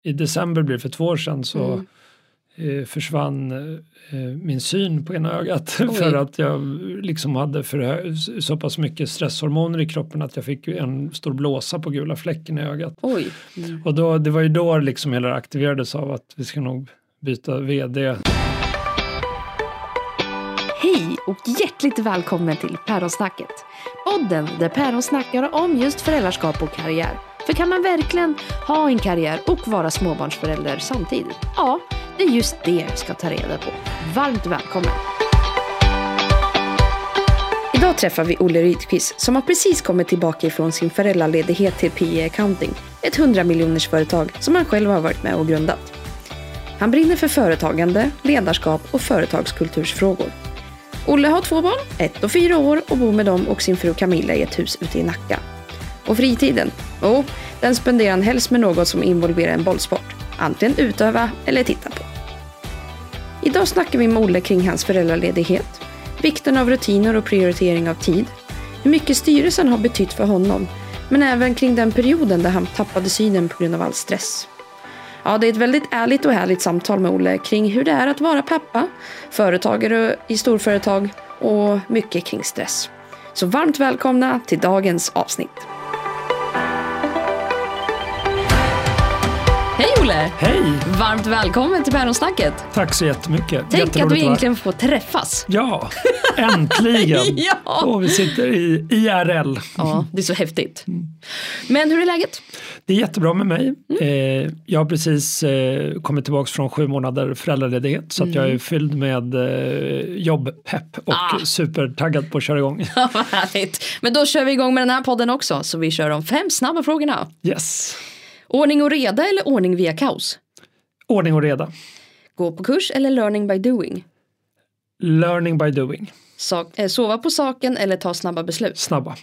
i december blev det för 2 år sedan så försvann min syn på ena ögat för att jag liksom hade så pass mycket stresshormoner i kroppen att jag fick en stor blåsa på gula fläcken i ögat. Oj. Och det var ju då liksom hela aktiverades av att vi ska nog byta vd. Hej och hjärtligt välkommen till Päronsnacket. Podden där Päron snackar om just föräldraskap och karriär. För kan man verkligen ha en karriär och vara småbarnsförälder samtidigt? Ja, det är just det jag ska ta reda på. Varmt välkommen! Idag träffar vi Olle Rydqvist som har precis kommit tillbaka ifrån sin föräldraledighet till PE Accounting. Ett 100-miljoners företag som han själv har varit med och grundat. Han brinner för företagande, ledarskap och företagskultursfrågor. Olle har 2 barn, 1 och 4 år och bor med dem och sin fru Camilla i ett hus ute i Nacka. Och fritiden? Den spenderar han helst med något som involverar en bollsport. Antingen utöva eller titta på. Idag snackar vi med Olle kring hans föräldraledighet, vikten av rutiner och prioritering av tid, hur mycket styrelsen har betytt för honom, men även kring den perioden där han tappade synen på grund av all stress. Ja, det är ett väldigt ärligt och härligt samtal med Olle kring hur det är att vara pappa, företagare i storföretag och mycket kring stress. Så varmt välkomna till dagens avsnitt. Hej Olle! Hej! Varmt välkommen till Päronsnacket. Tack så jättemycket. Tänk att vi egentligen får träffas. Ja, äntligen! Ja. Och vi sitter i IRL. Ja, det är så häftigt. Men hur är läget? Det är jättebra med mig. Jag har precis kommit tillbaka från 7 månader föräldraledighet så att jag är fylld med jobbpepp och supertaggad på att köra igång. Ja, vad härligt. Men då kör vi igång med den här podden också så vi kör de 5 snabba frågorna. Yes. Ordning och reda eller ordning via kaos? Ordning och reda. Gå på kurs eller learning by doing? Learning by doing. Sova på saken eller ta snabba beslut? Snabba.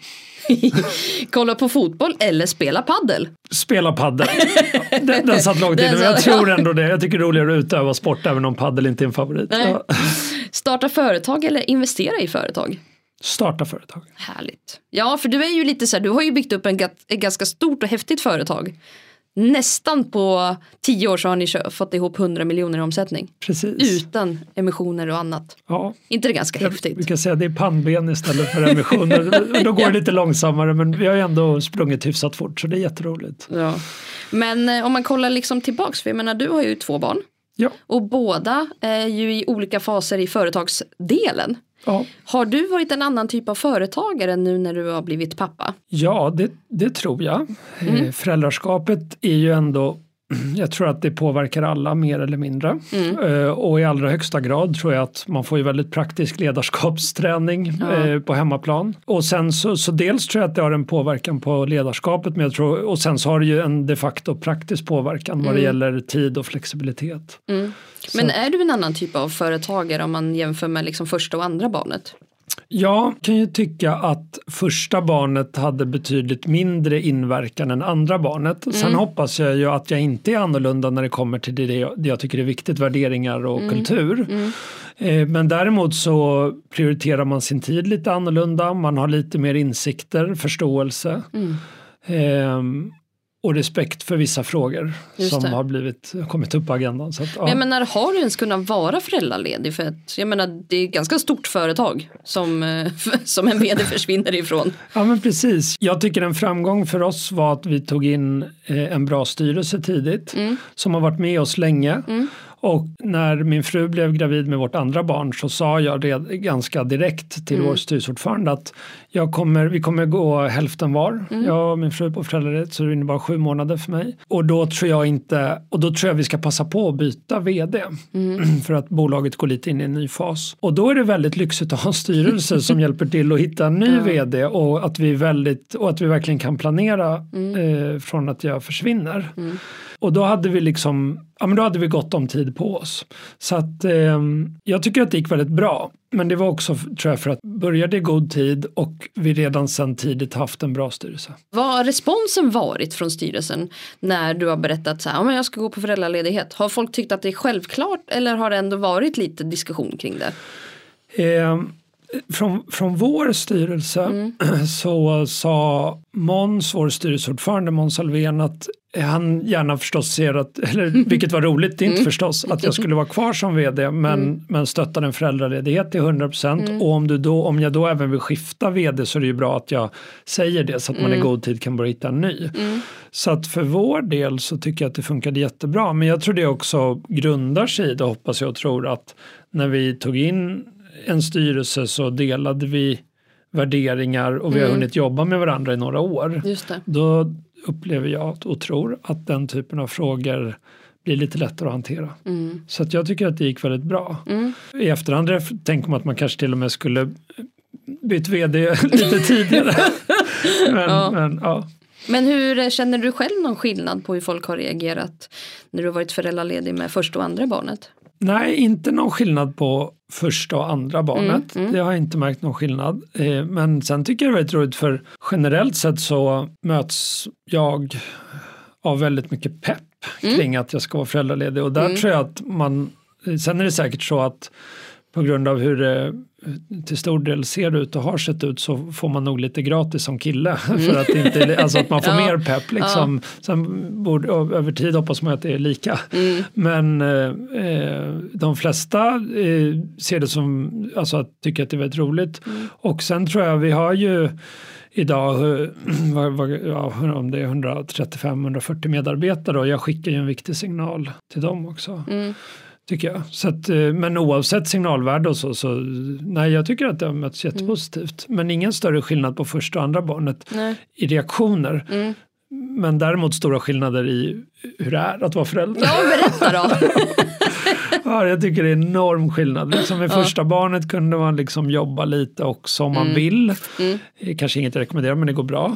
Kolla på fotboll eller spela paddel? Spela paddel. Den satt långt inne, men jag tror ändå det. Jag tycker det är roligare att utöva sport även om paddel inte är en favorit. Ja. Starta företag eller investera i företag? Starta företag. Härligt. Ja, för du är ju lite så här, du har ju byggt upp ett ganska stort och häftigt företag. Nästan på 10 år så har ni fått ihop 100 miljoner i omsättning. Precis. Utan emissioner och annat. Ja. Inte det ganska häftigt? Vi kan säga att det är pannben istället för emissioner. Då går det lite långsammare, men vi har ju ändå sprungit hyfsat fort så det är jätteroligt. Ja. Men om man kollar liksom tillbaks, för jag menar du har ju 2 barn. Ja. Och båda är ju i olika faser i företagsdelen. Ja. Har du varit en annan typ av företagare nu när du har blivit pappa? Ja, det tror jag. Föräldraskapet är ju ändå, jag tror att det påverkar alla mer eller mindre. Och i allra högsta grad tror jag att man får ju väldigt praktisk ledarskapsträning på hemmaplan. Och sen så dels tror jag att det har en påverkan på ledarskapet, men jag tror, och sen så har det ju en de facto praktisk påverkan vad det gäller tid och flexibilitet. Men är du en annan typ av företagare om man jämför med liksom första och andra barnet? Jag kan ju tycka att första barnet hade betydligt mindre inverkan än andra barnet. Sen hoppas jag ju att jag inte är annorlunda när det kommer till det jag tycker är viktigt, värderingar och kultur. Men däremot så prioriterar man sin tid lite annorlunda. Man har lite mer insikter, förståelse. Och respekt för vissa frågor som har kommit upp på agendan. Så att, ja. Men när har du ens kunnat vara föräldraledig? För att, jag menar, det är ett ganska stort företag som en vd försvinner ifrån. Ja, men precis. Jag tycker en framgång för oss var att vi tog in en bra styrelse tidigt som har varit med oss länge. Och när min fru blev gravid med vårt andra barn så sa jag ganska direkt till vår styrelseordförande att vi kommer gå hälften var. Jag och min fru på föräldraledighet, så det innebar 7 månader för mig. Och då tror jag vi ska passa på att byta vd för att bolaget går lite in i en ny fas. Och då är det väldigt lyxigt att ha en styrelse som hjälper till att hitta en ny vd och att vi verkligen kan planera från att jag försvinner. Och då hade vi då hade vi gott om tid på oss. Så att jag tycker att det gick väldigt bra. Men det var också, tror jag, för att började i god tid och vi redan sedan tidigt haft en bra styrelse. Vad har responsen varit från styrelsen när du har berättat så här, men jag ska gå på föräldraledighet? Har folk tyckt att det är självklart eller har det ändå varit lite diskussion kring det? Från vår styrelse så sa vår styrelseordförande Måns Alvén att han gärna förstås ser att, eller vilket var roligt, inte förstås, att jag skulle vara kvar som vd men stöttar en föräldraledighet till 100%. Och om jag då även vill skifta vd så är det ju bra att jag säger det så att man i god tid kan börja hitta en ny. Så att för vår del så tycker jag att det funkade jättebra. Men jag tror det också grundar sig i det, hoppas jag och tror, att när vi tog in en styrelse så delade vi värderingar och vi har hunnit jobba med varandra i några år. Just det. Då upplever jag och tror att den typen av frågor blir lite lättare att hantera. Så att jag tycker att det gick väldigt bra. I efterhand tänker man att man kanske till och med skulle bytt vd lite tidigare. Men hur känner du själv någon skillnad på hur folk har reagerat när du har varit föräldraledig med första och andra barnet? Nej, inte någon skillnad på första och andra barnet. Det har jag inte märkt någon skillnad. Men sen tycker jag det är väldigt roligt, för generellt sett så möts jag av väldigt mycket pepp kring att jag ska vara föräldraledig. Och där tror jag att sen är det säkert så att på grund av hur det till stor del ser ut och har sett ut så får man nog lite gratis som kille. För att, inte, alltså att man får mer pepp liksom. Sen borde, över tid hoppas man att det är lika. Men de flesta ser det som, alltså att tycker att det är väldigt roligt. Och sen tror jag vi har ju idag om det är 135-140 medarbetare, och jag skickar ju en viktig signal till dem också. Tycker jag. Så att, men oavsett signalvärde och så nej, jag tycker att det har mötts jättepositivt. Men ingen större skillnad på första och andra barnet i reaktioner. Men däremot stora skillnader i hur det är att vara förälder. Ja, berätta då. Ja, jag tycker det är enorm skillnad. Liksom med första barnet kunde man liksom jobba lite också om man vill. Kanske inget jag rekommenderar, men det går bra.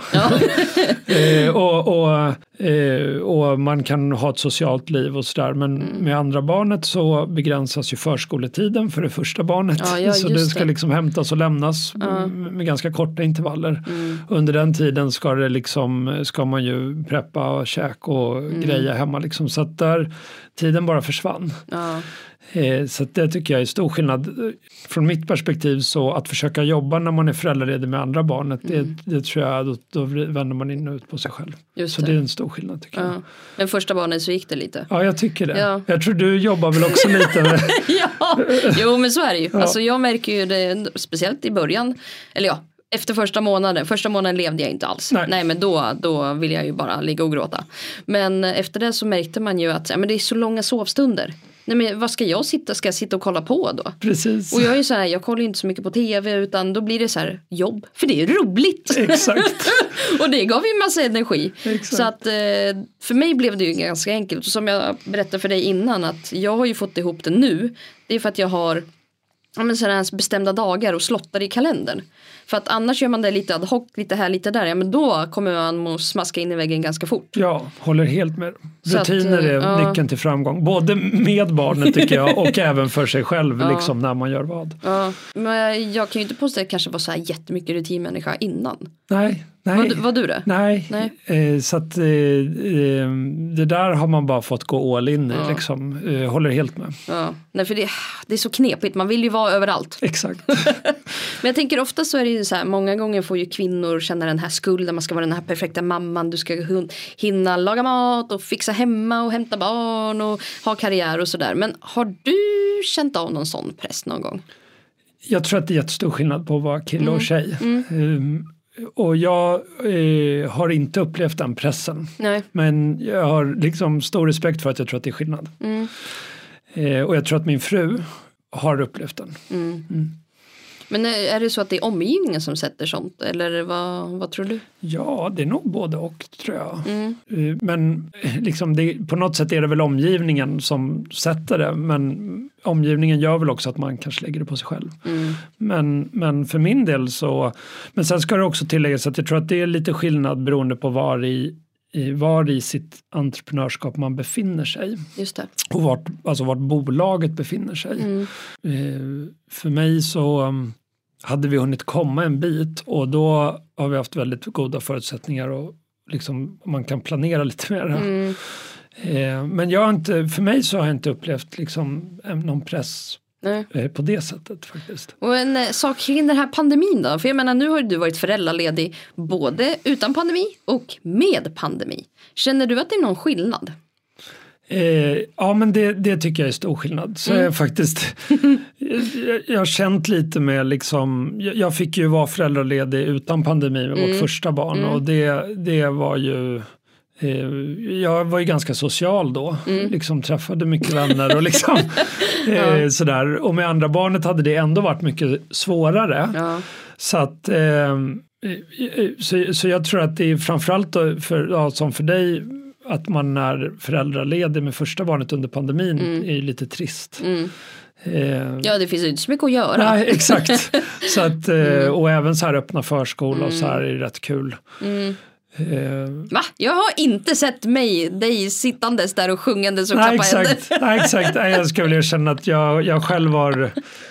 Och man kan ha ett socialt liv och sådär. Men med andra barnet så begränsas ju förskoletiden för det första barnet. Så det ska liksom hämtas och lämnas med ganska korta intervaller. Under den tiden ska man ju preppa och käka och greja hemma. Liksom. Så att där tiden bara försvann. Så att det tycker jag är stor skillnad. Från mitt perspektiv så att försöka jobba när man är föräldraledig med andra barnet, det tror jag, då vänder man in och ut på sig själv. Så det är en stor skillnad tycker jag. Men första barnet så gick det lite. Ja, jag tycker det. Jag tror du jobbar väl också lite med... Jo, men så är det ju. Alltså jag märker ju det, speciellt i början, eller efter första månaden levde jag inte alls. Nej, men då vill jag ju bara ligga och gråta. Men efter det så märkte man ju att men det är så långa sovstunder. Nej, men vad ska jag sitta och kolla på då? Precis. Och jag är ju så här, jag kollar inte så mycket på tv, utan då blir det så här jobb. För det är roligt. Exakt. Och det gav ju massa energi. Exakt. Så att för mig blev det ju ganska enkelt. Och som jag berättade för dig innan, att jag har ju fått ihop det nu. Det är för att jag har sådana bestämda dagar och slottar i kalendern. För att annars gör man det lite ad hoc, lite här, lite där. Ja, men då kommer man att smaska in i väggen ganska fort. Ja, håller helt med. Rutiner är nyckeln till framgång. Både med barnet tycker jag och även för sig själv liksom, när man gör vad. Ja, men jag kan ju inte påstå att det kanske var så här jättemycket rutinmänniska innan. Nej. Var du det? Nej. Så att det där har man bara fått gå all in i liksom. Håller helt med. Ja. Nej, för det är så knepigt. Man vill ju vara överallt. Exakt. Men jag tänker ofta så är det ju så här, många gånger får ju kvinnor känna den här skulden. Man ska vara den här perfekta mamman. Du ska hinna laga mat och fixa hemma och hämta barn och ha karriär och sådär. Men har du känt av någon sån press någon gång? Jag tror att det är jättestor skillnad på att vara kille och tjej. Och jag har inte upplevt den pressen. Nej. Men jag har liksom stor respekt för att jag tror att det är skillnad. Och jag tror att min fru har upplevt den. Men är det så att det är omgivningen som sätter sånt? Eller vad tror du? Ja, det är nog både och tror jag. Men liksom på något sätt är det väl omgivningen som sätter det. Men omgivningen gör väl också att man kanske lägger det på sig själv. Men för min del så... Men sen ska det också tilläggas att jag tror att det är lite skillnad beroende på var i sitt entreprenörskap man befinner sig. Just det. Och vart bolaget befinner sig. För mig så hade vi hunnit komma en bit och då har vi haft väldigt goda förutsättningar och liksom man kan planera lite mer. Men för mig så har jag inte upplevt liksom någon press på det sättet faktiskt. Och en sak kring den här pandemin då? För jag menar, nu har du varit föräldraledig både utan pandemi och med pandemi. Känner du att det är någon skillnad? Ja, men det tycker jag är stor skillnad. Så jag faktiskt jag har känt lite med liksom, jag fick ju vara föräldraledig utan pandemi med vårt första barn och det var ju jag var ju ganska social då, liksom träffade mycket vänner och liksom sådär, och med andra barnet hade det ändå varit mycket svårare så att så jag tror att det är framförallt som för dig att man är föräldraledig med första barnet under pandemin är lite trist. Ja, det finns ju inte så mycket att göra. Nej, exakt. Så att, och även så här öppna förskola och så här är rätt kul. Va? Jag har inte sett dig sittandes där och sjungandes och klappa händer. Nej, exakt. Jag ska väl erkänna att jag själv var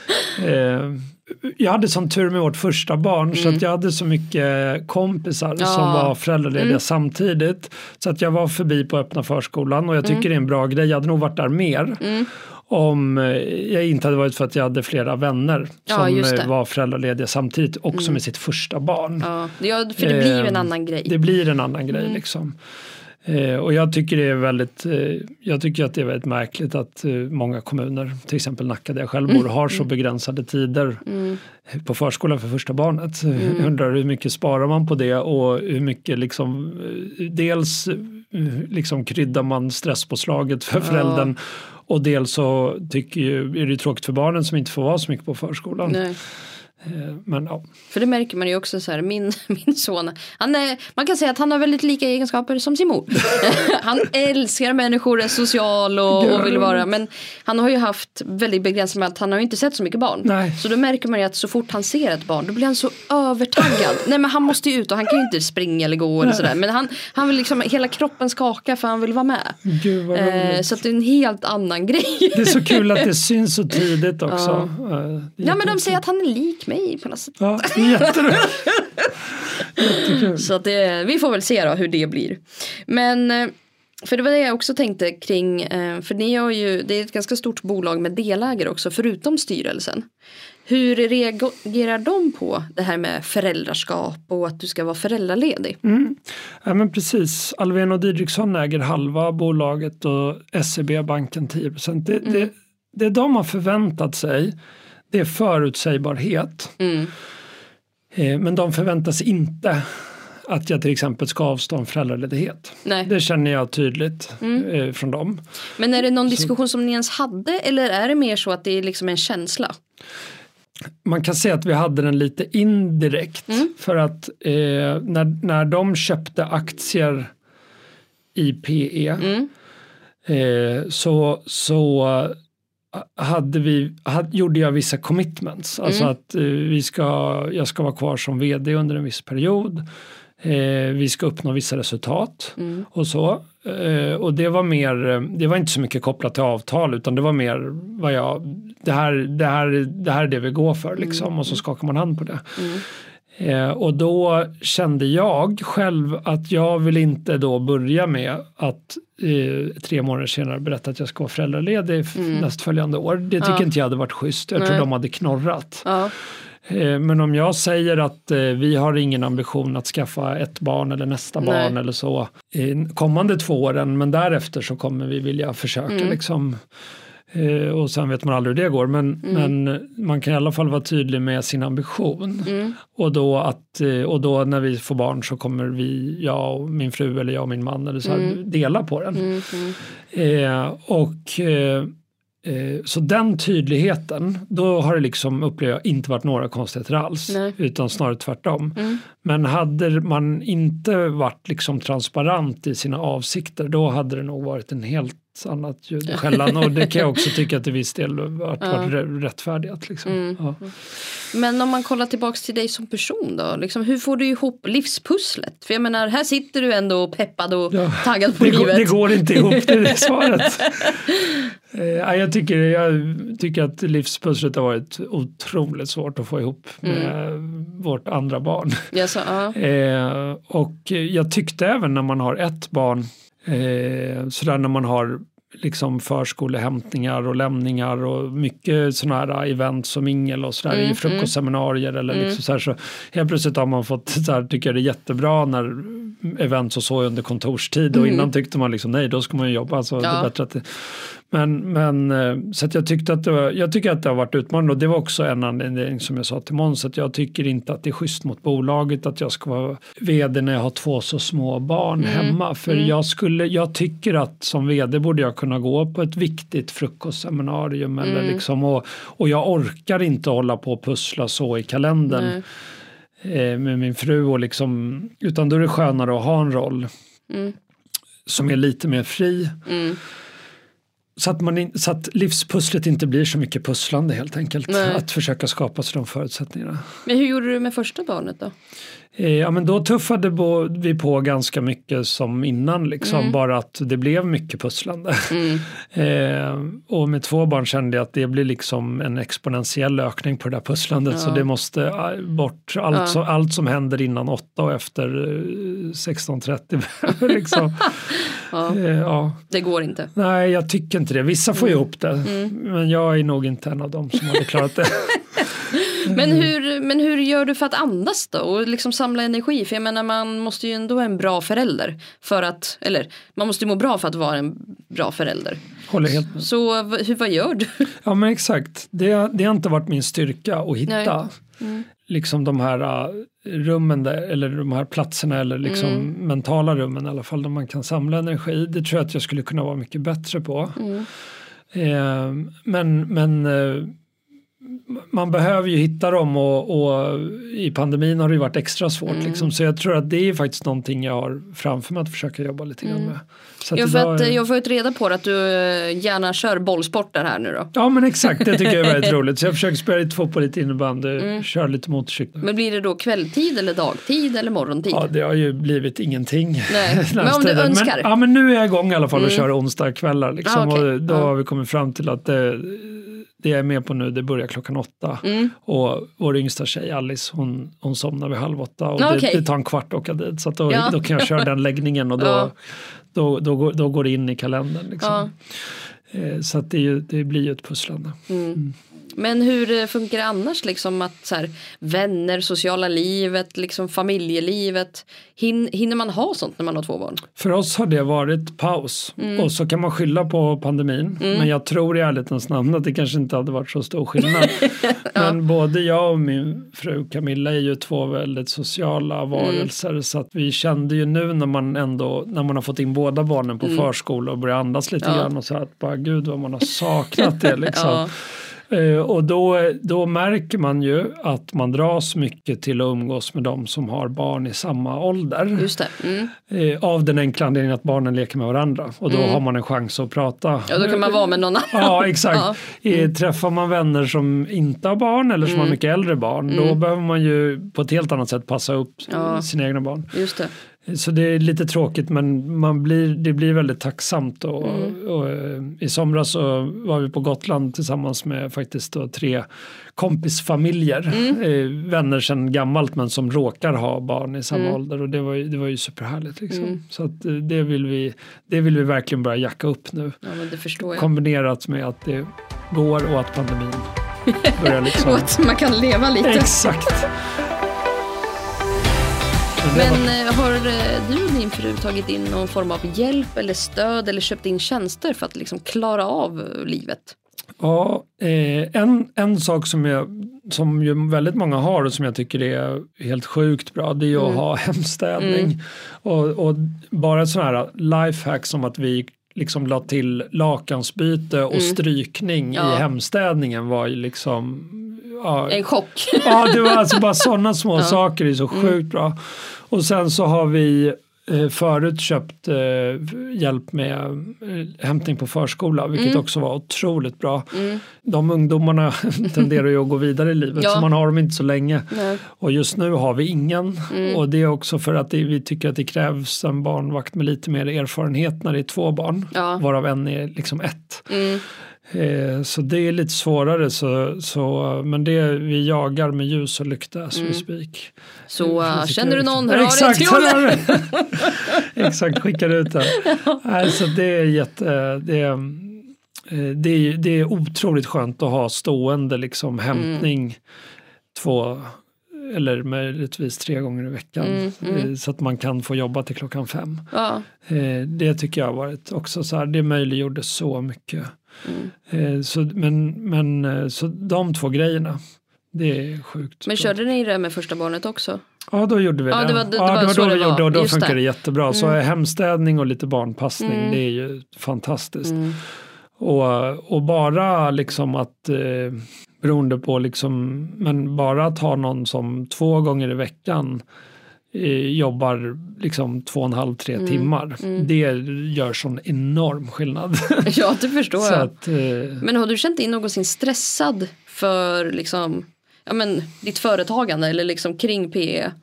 jag hade sån tur med vårt första barn så att jag hade så mycket kompisar som var föräldralediga samtidigt, så att jag var förbi på öppna förskolan och jag tycker det är en bra grej. Jag hade nog varit där mer om jag inte hade varit för att jag hade flera vänner som var föräldralediga samtidigt också med sitt första barn. Ja, för det blir en annan grej. Det blir en annan grej liksom. Och jag tycker det är väldigt märkligt att många kommuner, till exempel Nacka där jag själv bor, har så begränsade tider på förskolan för första barnet. Jag undrar hur mycket sparar man på det och hur mycket liksom, dels liksom kryddar man stresspåslaget för föräldern och dels så är det tråkigt för barnen som inte får vara så mycket på förskolan. Nej. Men ja. För det märker man ju också så här, min son, man kan säga att han har väldigt lika egenskaper som sin mor. Han älskar människor, är social och vill vara, men han har ju haft väldigt begränsat med att han har ju inte sett så mycket barn. Nej. Så då märker man ju att så fort han ser ett barn, då blir han så övertaggad. Nej, men han måste ju ut och han kan ju inte springa eller gå eller sådär, men han vill liksom, hela kroppen skaka för han vill vara med. Gud, vad roligt. Så att det är en helt annan grej. Det är så kul att det syns så tidigt också. Ja, men de säger att han är lik mig på något sätt. Ja, jättekul. Så att vi får väl se då hur det blir. Men för det var det jag också tänkte kring, för det är ett ganska stort bolag med delägare också förutom styrelsen. Hur reagerar de på det här med föräldraskap och att du ska vara föräldraledig? Ja, men precis. Alvén och Didriksson äger halva bolaget och SEB-banken 10%. Det de har förväntat sig, det är förutsägbarhet. Men de förväntas inte att jag till exempel ska avstå en föräldraledighet. Nej. Det känner jag tydligt från dem. Men är det någon diskussion som ni ens hade, eller är det mer så att det är liksom en känsla? Man kan säga att vi hade den lite indirekt för att när de köpte aktier i PE så gjorde jag vissa commitments. Alltså att jag ska vara kvar som vd under en viss period. Vi ska uppnå vissa resultat och så. Och det var inte så mycket kopplat till avtal, utan det var mer det här är det vi går för liksom, och så skakar man hand på det. Och då kände jag själv att jag vill inte då börja med att 3 månader senare berätta att jag ska vara föräldraledig nästföljande år. Det tycker inte jag hade varit schysst. Jag tror de hade knorrat. Men om jag säger att vi har ingen ambition att skaffa ett barn eller nästa barn eller så kommande 2 åren, men därefter så kommer vi vilja försöka liksom. Och sen vet man aldrig hur det går, men man kan i alla fall vara tydlig med sin ambition. Och då när vi får barn så kommer jag och min fru eller jag och min man eller så här, dela på den. Så den tydligheten, då har det liksom, upplever jag, inte varit några konstigheter alls. Utan snarare tvärtom. Men hade man inte varit liksom transparent i sina avsikter, då hade det nog varit en helt annat ljud i skällan. Och det kan jag också tycka att i viss del varit rättfärdigt. Liksom. Men om man kollar tillbaks till dig som person då, liksom, hur får du ihop livspusslet? För jag menar, här sitter du ändå peppad och taggad på livet. Det går inte ihop, det är svaret. Jag tycker att livspusslet har varit otroligt svårt att få ihop med vårt andra barn. Och jag tyckte även när man har ett barn, sådär när man har liksom förskolehämtningar och lämningar och mycket sådana här event som mingel och sådär i frukostseminarier eller liksom så här, så helt plötsligt har man fått så här, tycker jag det är jättebra när event så under kontorstid och innan tyckte man liksom nej, då ska man ju jobba så det är bättre att men så att jag tycker att det har varit utmanande och det var också en anledning som jag sa till Måns att jag tycker inte att det är schysst mot bolaget att jag ska vara vd när jag har 2 så små barn hemma för jag tycker att som vd borde jag kunna gå på ett viktigt frukostseminarium eller liksom och jag orkar inte hålla på och pussla så i kalendern med min fru och liksom, utan då är det skönare att ha en roll som är lite mer fri. Så att livspusslet inte blir så mycket pusslande helt enkelt. Nej. Att försöka skapa sig de förutsättningarna. Men hur gjorde du med första barnet då? Ja men då tuffade vi på ganska mycket som innan liksom. Bara att det blev mycket pusslande. Och med 2 barn kände jag att det blir liksom en exponentiell ökning på det där pusslandet. Så det måste bort allt som händer innan 8 och efter 16:30 liksom. Det går inte. Nej, jag tycker inte det. Vissa får ju upp det. Men jag är nog inte en av dem som hade klarat det. Men hur gör du för att andas då och liksom samla energi? För jag menar man måste ju ändå vara en bra förälder man måste ju må bra för att vara en bra förälder. Håller helt med. Så vad gör du? Ja men exakt, det har inte varit min styrka att hitta liksom de här rummen där, eller de här platserna eller liksom mentala rummen i alla fall där man kan samla energi. Det tror jag att jag skulle kunna vara mycket bättre på. Men man behöver ju hitta dem och i pandemin har det ju varit extra svårt liksom. Så jag tror att det är faktiskt någonting jag har framför mig att försöka jobba lite grann med. Så för att jag får ett reda på att du gärna kör bollsporter här nu då. Ja men exakt, det tycker jag är väldigt roligt. Så jag försöker spela lite fotboll, lite innebandy, köra lite motorcykel. Men blir det då kvälltid eller dagtid eller morgontid? Ja det har ju blivit ingenting. Nej. Men om du önskar? Men nu är jag igång i alla fall och kör onsdagskvällar liksom. Och då har vi kommit fram till att det jag är med på nu, det börjar 8:00 och vår yngsta tjej Alice, hon somnar vid 7:30 och det tar en kvart att åka dit så att då kan jag köra den läggningen och då går det in i kalendern liksom. Så att det blir ju ett pusslande. Men hur funkar det annars liksom att så här, vänner, sociala livet, liksom familjelivet, hinner man ha sånt när man har 2 barn? För oss har det varit paus och så kan man skylla på pandemin men jag tror i ärlighetens namn att det kanske inte hade varit så stor skillnad. Men både jag och min fru Camilla är ju 2 väldigt sociala varelser så att vi kände ju nu när man har fått in båda barnen på förskola och börjar andas lite grann och så att bara gud vad man har saknat det liksom. Och då märker man ju att man dras mycket till att umgås med de som har barn i samma ålder. Just det. Av den enkla anledningen att barnen leker med varandra. Och då har man en chans att prata. Ja, då kan man vara med någon annan. Ja, exakt. Träffar man vänner som inte har barn eller som har mycket äldre barn, då behöver man ju på ett helt annat sätt passa upp sina egna barn. Just det. Så det är lite tråkigt men det blir väldigt tacksamt och i somras så var vi på Gotland tillsammans med faktiskt då 3 kompisfamiljer, vänner sedan gammalt men som råkar ha barn i samma ålder och det var ju superhärligt liksom. Så att det vill vi verkligen börja jacka upp nu. Ja, men det förstår jag. Kombinerat med att det går och att pandemin börjar liksom. Och att man kan leva lite. Exakt. Men har du och din fru tagit in någon form av hjälp eller stöd eller köpt in tjänster för att liksom klara av livet? Ja, en sak som ju väldigt många har och som jag tycker är helt sjukt bra, det är ju att ha hemstädning. Och bara sån här lifehack som att vi liksom la till lakansbyte och strykning i hemstädningen var ju liksom en chock. Ja, det var alltså bara sådana små saker, det är så sjukt bra. Och sen så har vi förut köpt hjälp med hämtning på förskola, vilket också var otroligt bra. De ungdomarna tenderar ju att gå vidare i livet, så man har dem inte så länge. Nej. Och just nu har vi ingen. Och det är också för att vi tycker att det krävs en barnvakt med lite mer erfarenhet när det är 2 barn, varav en är liksom 1. Så det är lite svårare men vi jagar med ljus och lykta as we speak. Så känner du någon, hör exakt, Exakt, skickar ut den. Alltså det är det är otroligt skönt att ha stående liksom hämtning 2 eller möjligtvis 3 gånger i veckan så att man kan få jobba till 5:00. Ja. Det tycker jag har varit också så här, det möjliggjorde så mycket. Så de 2 grejerna, det är sjukt. Men körde ni det med första barnet också? Ja, då gjorde vi det. Det var då vi gjorde, och då funkar det jättebra. Så hemstädning och lite barnpassning, det är ju fantastiskt. Och bara liksom att beroende på liksom, men bara att ha någon som 2 gånger i veckan jobbar liksom 2,5-3 timmar. Det gör sån enorm skillnad. Ja, det förstår jag. Att, men har du känt dig någonsin stressad för liksom, ditt företagande eller liksom kring PE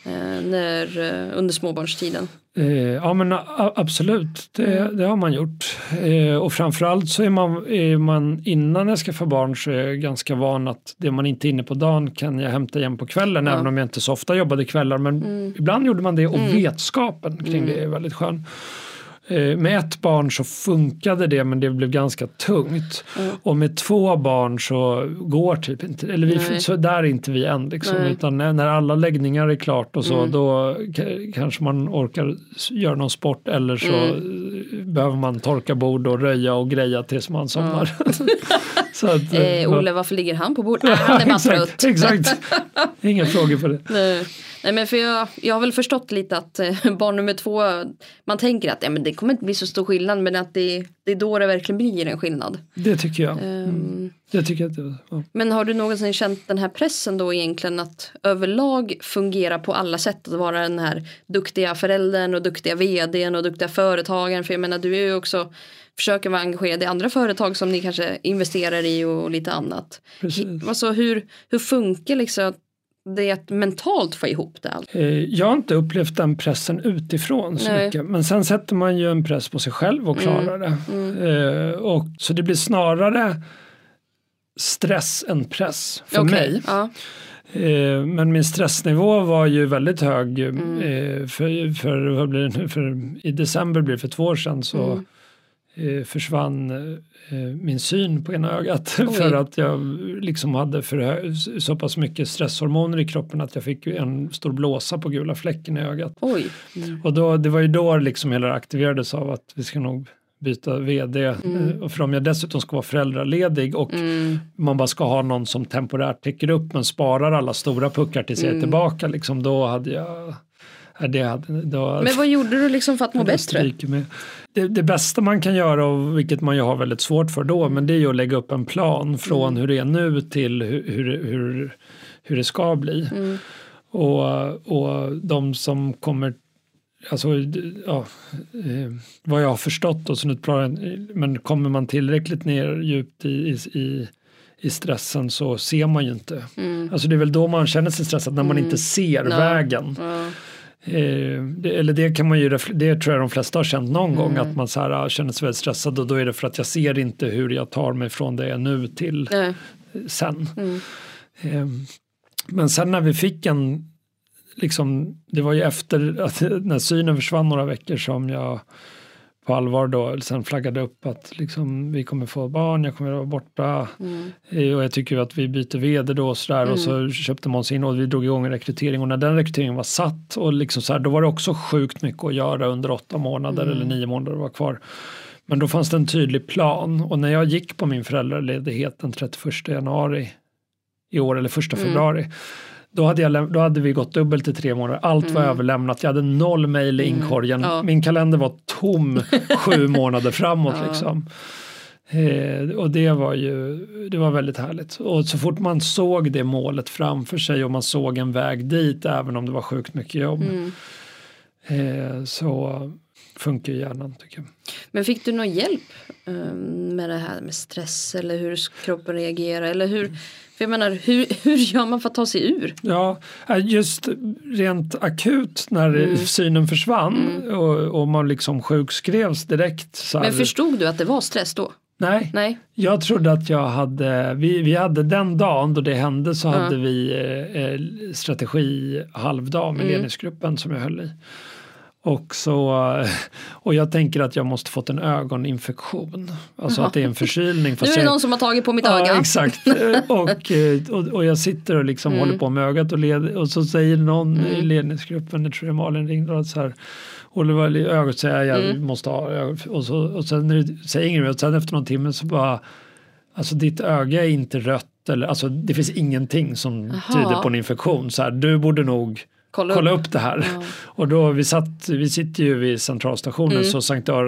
under småbarnstiden? Ja, men absolut, det har man gjort. Och framförallt så är man innan jag ska få barn så är jag ganska van att det man inte är inne på dagen kan jag hämta igen på kvällen, även om jag inte så ofta jobbade kvällar. Men ibland gjorde man det och vetskapen kring det är väldigt skön. Med 1 barn så funkade det, men det blev ganska tungt. Och med 2 barn så går typ inte, eller så där är inte vi än liksom, utan när alla läggningar är klart och så, då kanske man orkar göra någon sport, eller så behöver man torka bord och röja och greja tills man somnar. Så att, Olle, varför ligger han på bordet? Han är bara trött. Exakt, inga frågor på det. Nej, men för jag har väl förstått lite att barn nummer 2, man tänker att men det kommer inte bli så stor skillnad, men att det är då det verkligen blir en skillnad. Det tycker jag. Det tycker jag att ja. Men har du någonsin känt den här pressen då egentligen att överlag fungera på alla sätt, att vara den här duktiga föräldern och duktiga vdn och duktiga företagaren? För jag menar, du är ju också försöker vara engagerad i andra företag som ni kanske investerar i och lite annat. Precis. Alltså hur funkar liksom det att mentalt få ihop det allt? Jag har inte upplevt den pressen utifrån så mycket. Men sen sätter man ju en press på sig själv och klarar det. Och så det blir snarare stress än press för mig. Ja. Men min stressnivå var ju väldigt hög. För i december blir det för 2 år sedan så försvann min syn på ena ögat. För att jag liksom hade så pass mycket stresshormoner i kroppen att jag fick en stor blåsa på gula fläcken i ögat. Och det var ju då liksom hela aktiverades av att vi ska nog byta vd. Och för om jag dessutom ska vara föräldraledig och man bara ska ha någon som temporärt täcker upp men sparar alla stora puckar tills jag är tillbaka, liksom, då hade jag... Men vad gjorde du liksom för att må bättre? Det bästa man kan göra, och vilket man ju har väldigt svårt för då, men det är ju att lägga upp en plan från hur det är nu till hur det ska bli. Och de som kommer, alltså vad jag har förstått och så men kommer man tillräckligt ner djupt i stressen så ser man ju inte. Alltså det är väl då man känner sig stressad, när man inte ser vägen. Eller det kan man ju, det tror jag de flesta har känt någon gång, att man så här känner sig väldigt stressad, och då är det för att jag ser inte hur jag tar mig från det jag är nu till sen. Men sen när vi fick liksom, det var ju efter att när synen försvann några veckor som jag på allvar då sen flaggade upp att liksom, vi kommer få barn, jag kommer att vara borta och jag tycker att vi byter vd då och sådär, och så köpte Måns in och vi drog igång en rekrytering, och när den rekryteringen var satt och liksom så här, då var det också sjukt mycket att göra under 8 månader eller 9 månader var kvar. Men då fanns det en tydlig plan, och när jag gick på min föräldraledighet den 31 januari i år eller 1 februari, då hade vi gått dubbelt i 3 månader. Allt var överlämnat. Jag hade 0 mejl i inkorgen. Min kalender var tom 7 månader framåt. Liksom. Och det var väldigt härligt. Och så fort man såg det målet framför sig och man såg en väg dit, även om det var sjukt mycket jobb, så funkar hjärnan, tycker jag. Men fick du någon hjälp med det här med stress, eller hur kroppen reagerar, eller hur... För jag menar, hur gör man för att ta sig ur? Ja, just rent akut när synen försvann och man liksom sjukskrevs direkt. Så men förstod du att det var stress då? Nej. Jag trodde att jag hade, vi hade den dagen då det hände, så hade vi strategi halvdag med ledningsgruppen som jag höll i. Och jag tänker att jag måste fått en ögoninfektion. Alltså att det är en förkylning. Nu är det någon som har tagit på mitt öga. Ja, exakt. Och jag sitter och liksom håller på med ögat och så säger någon i ledningsgruppen, jag tror det är Malin ringde så här, håller i ögat och säger jag måste ha ögat. Och sen när du säger inget, och sen efter någon timme så bara, alltså ditt öga är inte rött. Eller, alltså det finns ingenting som tyder på en infektion. Så här, du borde nog kolla upp det här. Ja. Och då vi sitter ju vid centralstationen så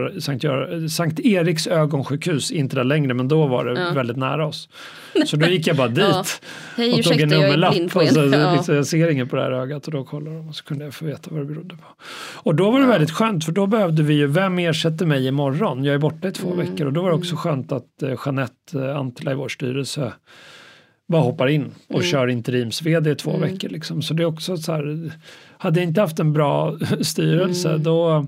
Sankt Eriks ögonsjukhus, inte där längre, men då var det väldigt nära oss. Så då gick jag bara dit och tog en nummerlapp och så jag ser inget på det här ögat och då kollar de och så kunde jag få veta vad det berodde på. Och då var det väldigt skönt, för då behövde vi ju, vem ersätter mig imorgon? Jag är borta i 2 veckor och då var det också skönt att Jeanette Antila i vår styrelse bara hoppar in och kör interimsvd i 2 veckor liksom. Så det är också så här, hade jag inte haft en bra styrelse då,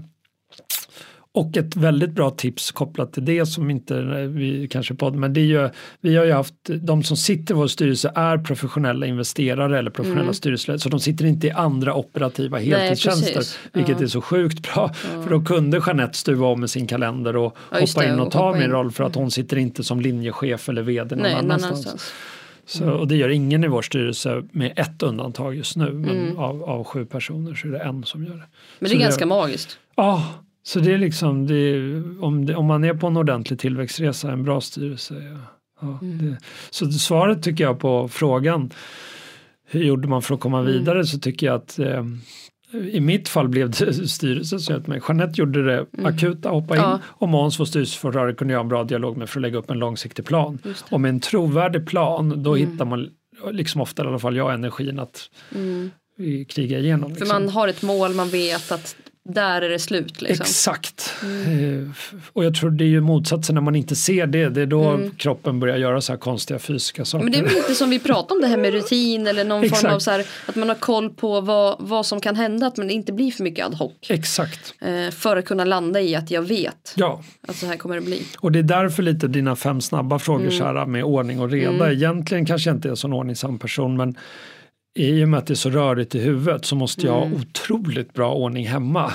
och ett väldigt bra tips kopplat till det som inte vi kanske men det är ju, vi har ju haft, de som sitter i vår styrelse är professionella investerare eller professionella styrelseledare, så de sitter inte i andra operativa heltidstjänster, vilket är så sjukt bra, för då kunde Jeanette stuva om med sin kalender och hoppa in och ta min roll, för att hon sitter inte som linjechef eller vd någon annanstans. Så, och det gör ingen i vår styrelse med ett undantag just nu, men av 7 personer så är det en som gör det. Men det är ganska magiskt. Ja, så det är liksom, om man är på en ordentlig tillväxtresa, en bra styrelse. Så svaret tycker jag på frågan, hur gjorde man för att komma vidare, så tycker jag att i mitt fall blev det styrelsen som hjälpte mig. Jeanette gjorde det akuta, hoppa in, och Måns, vår styrelseförare, kunde jag ha en bra dialog med för att lägga upp en långsiktig plan. Och med en trovärdig plan, då hittar man liksom ofta, i alla fall jag, energin att kriga igenom. För man har ett mål, man vet att där är det slut. Liksom. Exakt. Och jag tror det är ju motsatsen, när man inte ser det är då kroppen börjar göra så här konstiga fysiska saker. Men det är väl lite som vi pratade om det här med rutin eller någon form av så här, att man har koll på vad som kan hända, att man inte blir för mycket ad hoc. Exakt. För att kunna landa i att jag vet att så här kommer det bli. Och det är därför lite dina 5 snabba frågor så här med ordning och reda. Egentligen kanske jag inte är en sån ordningsam person, men i och med att det är så rörigt i huvudet så måste jag ha otroligt bra ordning hemma.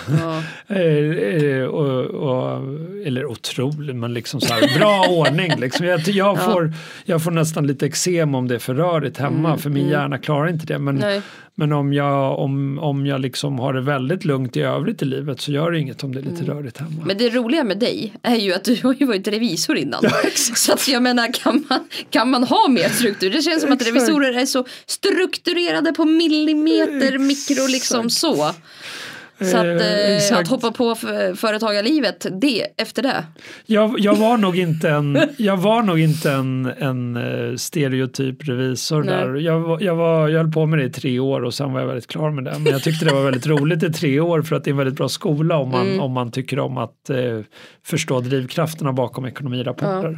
Eller otroligt, men liksom så här, bra ordning. Liksom. Jag får nästan lite eksem om det är för rörigt hemma, för min hjärna klarar inte det. Men om jag liksom har det väldigt lugnt i övrigt i livet, så gör det inget om det är lite rörigt hemma. Men det roliga med dig är ju att du har ju varit revisor innan. Så att jag menar, kan man ha mer struktur? Det känns som att revisorer är så strukturerade på millimeter, mikro liksom så. Så att hoppa på företagarlivet efter det. Jag var nog inte en stereotyp revisor där. Jag höll på med det i 3 år och sen var jag väldigt klar med det. Men jag tyckte det var väldigt roligt i 3 år, för att det är en väldigt bra skola om man tycker om att förstå drivkrafterna bakom ekonomirapporter.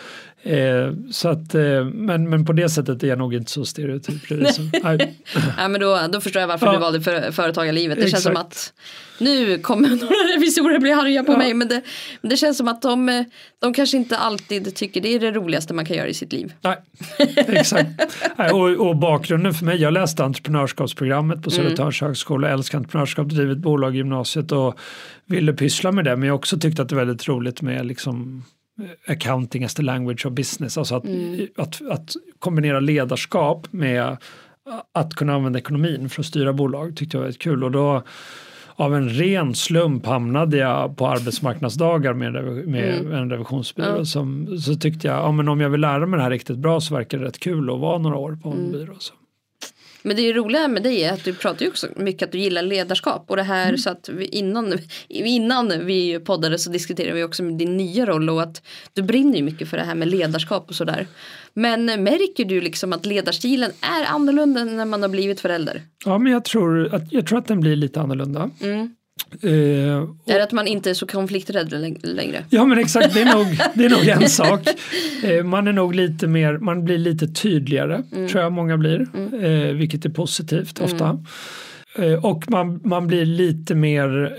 Så att, men på det sättet är jag nog inte så stereotyp. Ja, men då förstår jag varför du valde företagarlivet. Det känns som att nu kommer några revisorer bli arga på mig, men det känns som att de kanske inte alltid tycker det är det roligaste man kan göra i sitt liv. Nej, exakt. Och bakgrunden för mig, jag läste entreprenörskapsprogrammet på Södertörns högskola, älskar entreprenörskap, drivet bolag i gymnasiet och ville pyssla med det, men jag också tyckte att det är väldigt roligt med liksom accounting as the language of business, alltså att kombinera ledarskap med att kunna använda ekonomin för att styra bolag, tyckte jag var väldigt kul. Och då av en ren slump hamnade jag på arbetsmarknadsdagar med en revisionsbyrå så tyckte jag, men om jag vill lära mig det här riktigt bra så verkar det rätt kul att vara några år på en byrå. Så. Men det är ju roliga med dig är att du pratar ju också mycket att du gillar ledarskap. Och det här så att innan vi poddade så diskuterade vi också med din nya roll och att du brinner ju mycket för det här med ledarskap och sådär. Men märker du liksom att ledarstilen är annorlunda när man har blivit förälder? Ja, men jag tror att den blir lite annorlunda. Är det att man inte är så konflikträdd längre? Ja, men exakt, det är nog en sak. Man är nog man blir lite tydligare, tror jag många blir, vilket är positivt ofta. Och man blir lite mer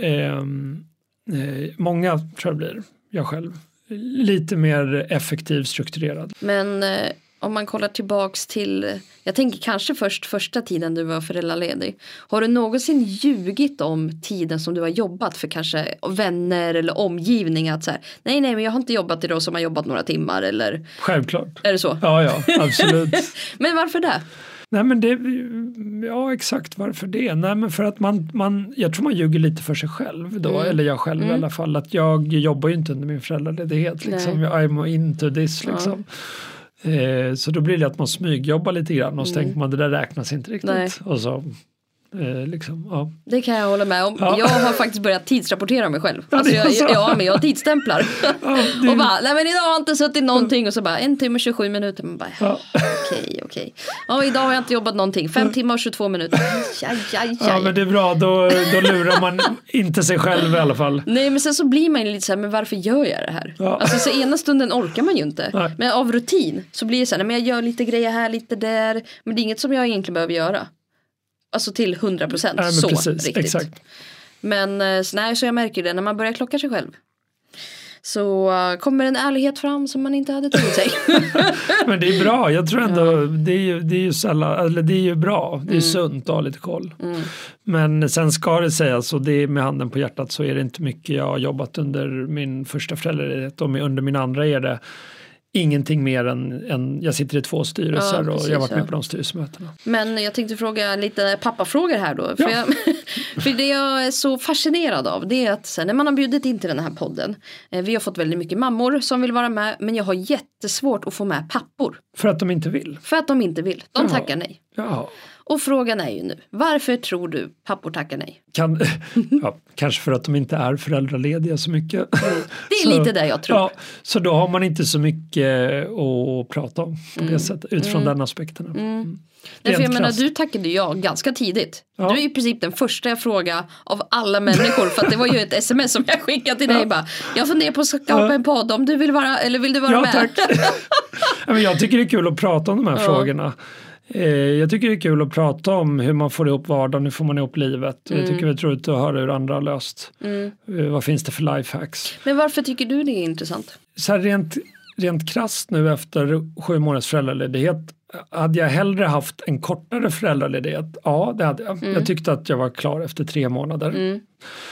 många tror jag blir, jag själv, lite mer effektiv, strukturerad. Men om man kollar tillbaks till, jag tänker kanske första tiden du var föräldraledig. Har du någonsin ljugit om tiden som du har jobbat för kanske vänner eller omgivning? Att så här, nej men jag har inte jobbat idag som har jobbat några timmar eller... Självklart. Är det så? Ja, absolut. Men varför det? Nej men exakt varför det? Nej men för att jag tror man ljuger lite för sig själv då, eller jag själv i alla fall, att jag jobbar ju inte under min föräldraledighet liksom, I'm into this liksom. Så då blir det att man smygjobbar lite grann och så tänker man det där räknas inte riktigt. Nej. Och så liksom, ja. Det kan jag hålla med om. Ja. Jag har faktiskt börjat tidsrapportera mig själv. Alltså men jag tidsstämplar. Och bara, nej men idag har jag inte suttit någonting och så bara 1 timme 27 minuter. Man bara, okej. Ja, idag har jag inte jobbat någonting. 5 timmar och 22 minuter. Ja, men det är bra. Då lurar man inte sig själv i alla fall. Nej, men sen så blir man ju lite så här, men varför gör jag det här? Ja. Alltså så ena stunden orkar man ju inte. Nej. Men av rutin så blir det så här, men jag gör lite grejer här, lite där. Men det är inget som jag egentligen behöver göra. Alltså till 100%. Nej, så precis, riktigt. Exakt. Men så jag märker det när man börjar klocka sig själv. Så kommer en ärlighet fram som man inte hade tänkt sig. Men det är bra, jag tror ändå det är ju sällan, eller det är ju bra, det är sunt att ha lite koll. Men sen ska det sägas, och det är med handen på hjärtat, så är det inte mycket jag har jobbat under min första föräldraledighet, och under min andra är det ingenting mer än jag sitter i 2 styrelser och jag har varit med på de styrelsemötena. Men jag tänkte fråga lite pappafrågor här då. För det jag är så fascinerad av, det är att sen när man har bjudit in till den här podden, vi har fått väldigt mycket mammor som vill vara med, men jag har jättesvårt att få med pappor. För att de inte vill? För att de inte vill. De tackar nej. Ja. Och frågan är ju nu, varför tror du pappor tackar nej? Kanske för att de inte är föräldralediga så mycket. Det är lite det jag tror. Ja, så då har man inte så mycket att prata om på det sättet, utifrån den aspekten. Därför jag menar, du tackade jag ganska tidigt. Ja. Du är i princip den första jag frågade av alla människor, för att det var ju ett sms som jag skickade till dig. Bara, jag funderar på att skapa en podd, om du vill vara, eller vill du vara med? Tack. Men jag tycker det är kul att prata om de här frågorna. Jag tycker det är kul att prata om hur man får ihop vardagen, hur får man ihop livet. Jag tycker det är roligt att höra hur andra har löst. Vad finns det för lifehacks? Men varför tycker du det är intressant? Så här rent krasst nu efter 7 månaders föräldraledighet, hade jag hellre haft en kortare föräldraledighet? Ja, det hade jag. Jag tyckte att jag var klar efter 3 månader.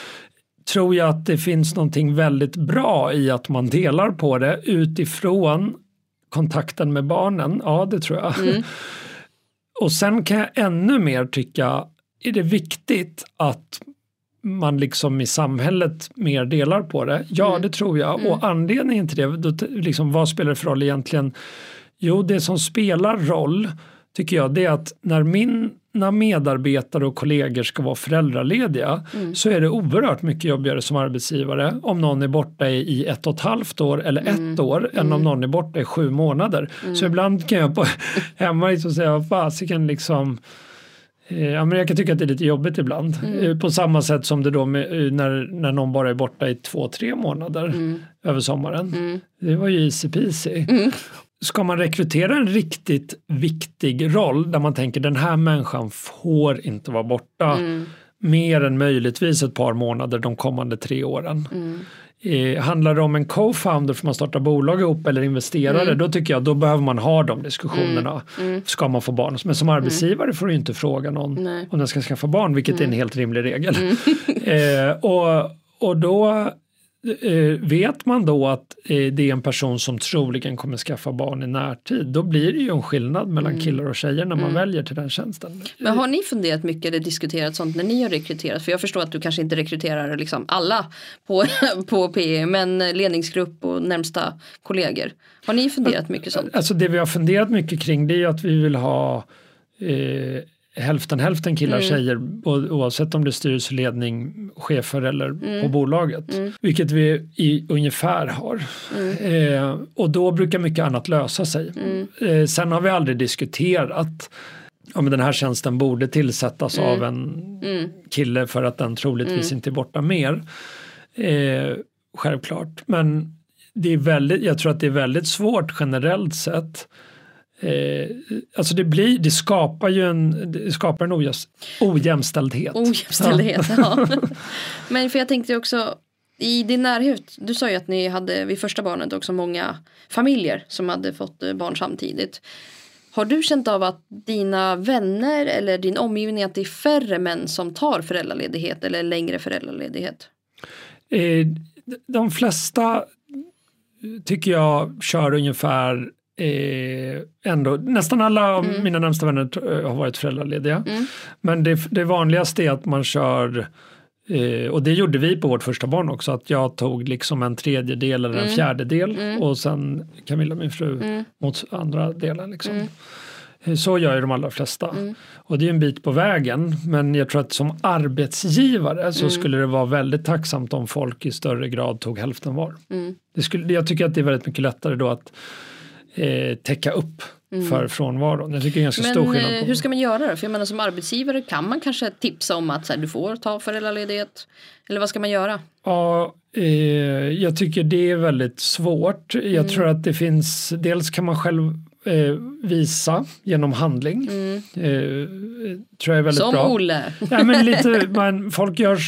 Tror jag att det finns någonting väldigt bra i att man delar på det utifrån kontakten med barnen? Ja, det tror jag. Och sen kan jag ännu mer tycka, är det viktigt att man liksom i samhället mer delar på det? Ja, det tror jag. Och anledningen till det, då, liksom, vad spelar det för roll egentligen? Jo, det som spelar roll tycker jag, det är att när mina medarbetare och kollegor ska vara föräldralediga så är det oerhört mycket jobbigare som arbetsgivare om någon är borta i 1,5 år eller 1 år än om någon är borta i 7 månader. Så ibland kan jag hemma liksom säga, fasiken liksom, men jag kan tycka att det är lite jobbigt ibland. På samma sätt som det då när någon bara är borta i 2-3 månader över sommaren. Det var ju easy peasy. Ska man rekrytera en riktigt viktig roll där man tänker den här människan får inte vara borta mer än möjligtvis ett par månader de kommande 3 åren. Handlar det om en co-founder för man startar bolag ihop eller investerare, då tycker jag då behöver man ha de diskussionerna. Ska man få barn? Men som arbetsgivare får du inte fråga någon om den ska skaffa barn, vilket är en helt rimlig regel. Och då vet man då att det är en person som troligen kommer skaffa barn i närtid, då blir det ju en skillnad mellan killar och tjejer när man väljer till den tjänsten. Men har ni funderat mycket eller diskuterat sånt när ni har rekryterat? För jag förstår att du kanske inte rekryterar liksom alla på PE, men ledningsgrupp och närmsta kollegor. Har ni funderat mycket sånt? Alltså det vi har funderat mycket kring, det är ju att vi vill ha hälften killar tjejer, oavsett om det är styrelseledning, chefer eller på bolaget. Vilket vi ungefär har. Och då brukar mycket annat lösa sig. Sen har vi aldrig diskuterat om den här tjänsten borde tillsättas av en kille för att den troligtvis inte är borta mer. Självklart. Men det är jag tror att det är väldigt svårt generellt sett. Alltså det skapar ju en ojämställdhet. Ojämställdhet, ja. Men för jag tänkte också, I din närhet, du sa ju att ni hade vid första barnet också många familjer som hade fått barn samtidigt. Har du känt av att dina vänner eller din omgivning att det är färre män som tar föräldraledighet eller längre föräldraledighet? De flesta tycker jag kör ungefär ändå, nästan alla av mina närmsta vänner har varit föräldralediga. Men det vanligaste är att man kör, och det gjorde vi på vårt första barn också, att jag tog liksom en tredjedel eller en fjärdedel och sen Camilla, min fru, mot andra delen liksom. Så gör ju de allra flesta. Och det är en bit på vägen, men jag tror att som arbetsgivare så skulle det vara väldigt tacksamt om folk i större grad tog hälften var. Jag tycker att det är väldigt mycket lättare då att täcka upp för frånvaron. Jag tycker det är ganska stor skillnad på. Hur ska man göra då? För jag menar, som arbetsgivare kan man kanske tipsa om att så här, du får ta föräldraledighet. Eller vad ska man göra? Ja, jag tycker det är väldigt svårt. Jag tror att det finns, dels kan man själv visa genom handling. Tror jag är väldigt som bra. Som Olle. Ja, men lite, folk gör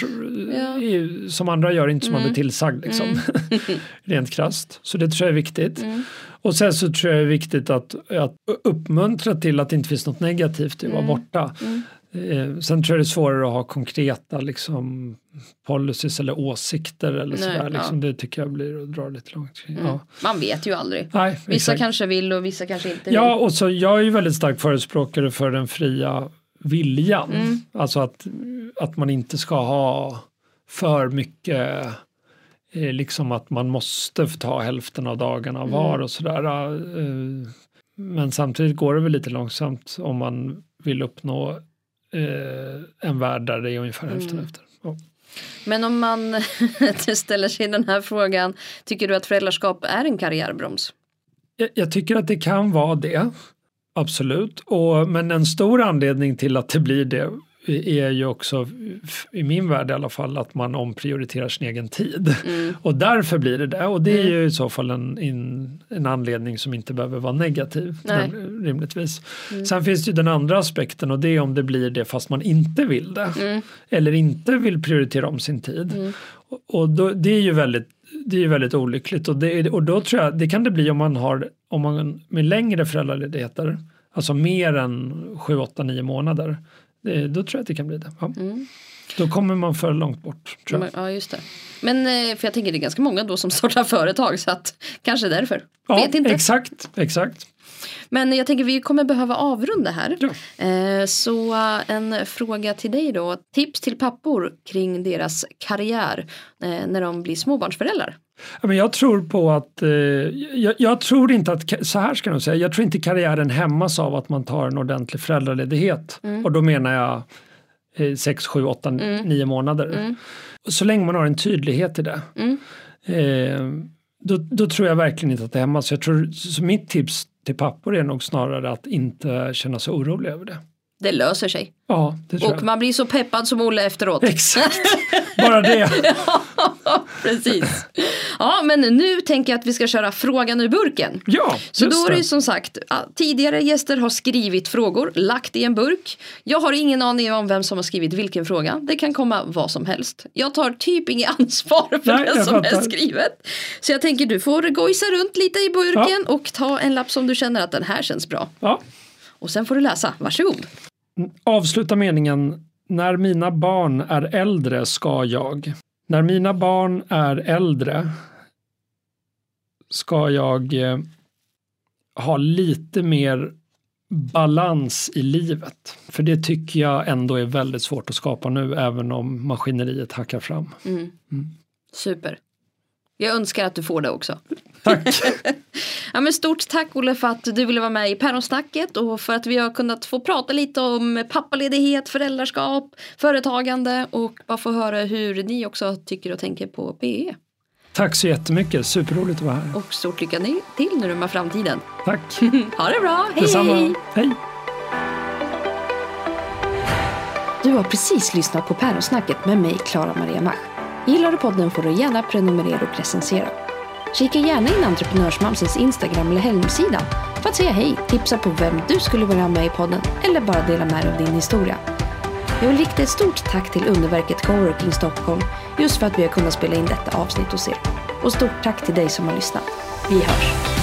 som andra gör, inte som man blir tillsagd liksom. Rent krasst. Så det tror jag är viktigt. Och sen så tror jag det är viktigt att uppmuntra till att det inte finns något negativt i att vara borta. Sen tror jag det är svårare att ha konkreta liksom, policies eller åsikter eller sådär. Liksom, det tycker jag blir att dra lite långt. Ja. Man vet ju aldrig. Nej, vissa kanske vill och vissa kanske inte vill. Ja, och så jag är ju väldigt stark förespråkare för den fria viljan. Alltså att man inte ska ha för mycket liksom att man måste ta hälften av dagarna var och sådär. Men samtidigt går det väl lite långsamt om man vill uppnå en värld där det är ungefär hälften efter. Ja. Men om man ställer sig den här frågan, tycker du att föräldraskap är en karriärbroms? Jag tycker att det kan vara det, absolut. Men en stor anledning till att det blir det är ju också, i min värld i alla fall, att man omprioriterar sin egen tid. Och därför blir det det. Och det är ju i så fall en anledning som inte behöver vara negativ, rimligtvis. Sen finns det ju den andra aspekten, och det är om det blir det fast man inte vill det. Eller inte vill prioritera om sin tid. Och då, det är ju väldigt olyckligt. Och då tror jag, det kan det bli om man med längre föräldraledigheter, alltså mer än 7, 8, 9 månader. Då tror jag att det kan bli det. Ja. Då kommer man för långt bort, tror jag. Ja, just det. Men för jag tänker det är ganska många då som startar företag, så att kanske därför. Ja, vet inte. Exakt. Men jag tänker vi kommer behöva avrunda här. Ja. Så en fråga till dig då. Tips till pappor kring deras karriär när de blir småbarnsföräldrar. Ja, men jag tror på att jag tror inte att, så här ska jag säga, jag tror inte karriären hämmas av att man tar en ordentlig föräldraledighet. Och då menar jag 6, 7, 8, 9 månader. Så länge man har en tydlighet i det. Då tror jag verkligen inte att det hämmas. Jag tror, så mitt tips till pappor är nog snarare att inte känna sig orolig över det. Det löser sig. Ja, det tror jag. Och man blir så peppad som Olle efteråt. Exakt, bara det. Ja, precis. Ja, men nu tänker jag att vi ska köra frågan ur burken. Ja, så då är det som sagt, tidigare gäster har skrivit frågor, lagt i en burk. Jag har ingen aning om vem som har skrivit vilken fråga. Det kan komma vad som helst. Jag tar typ inget ansvar för det som är skrivet. Så jag tänker du får gojsa runt lite i burken och ta en lapp som du känner att den här känns bra. Ja. Och sen får du läsa. Varsågod. Avsluta meningen. När mina barn är äldre ska jag. När mina barn är äldre ska jag ha lite mer balans i livet. För det tycker jag ändå är väldigt svårt att skapa nu, även om maskineriet hackar fram. Super. Jag önskar att du får det också. Tack. Ja, men stort tack Olle för att du ville vara med i Päronsnacket och för att vi har kunnat få prata lite om pappaledighet, föräldraskap, företagande och bara få höra hur ni också tycker och tänker på PE. Tack så jättemycket, superroligt att vara här. Och stort lycka till nu med framtiden. Tack. Ha det bra, hej! Detsamma. Hej! Du har precis lyssnat på Päronsnacket med mig, Clara Maria Mach. Gillar du podden får du gärna prenumerera och recensera. Kika gärna in Entreprenörsmamsens Instagram eller hemsida för att säga hej, tipsa på vem du skulle vilja ha med i podden eller bara dela med dig av din historia. Jag vill rikta ett stort tack till underverket Coworking Stockholm just för att vi har kunnat spela in detta avsnitt hos er. Och stort tack till dig som har lyssnat. Vi hörs!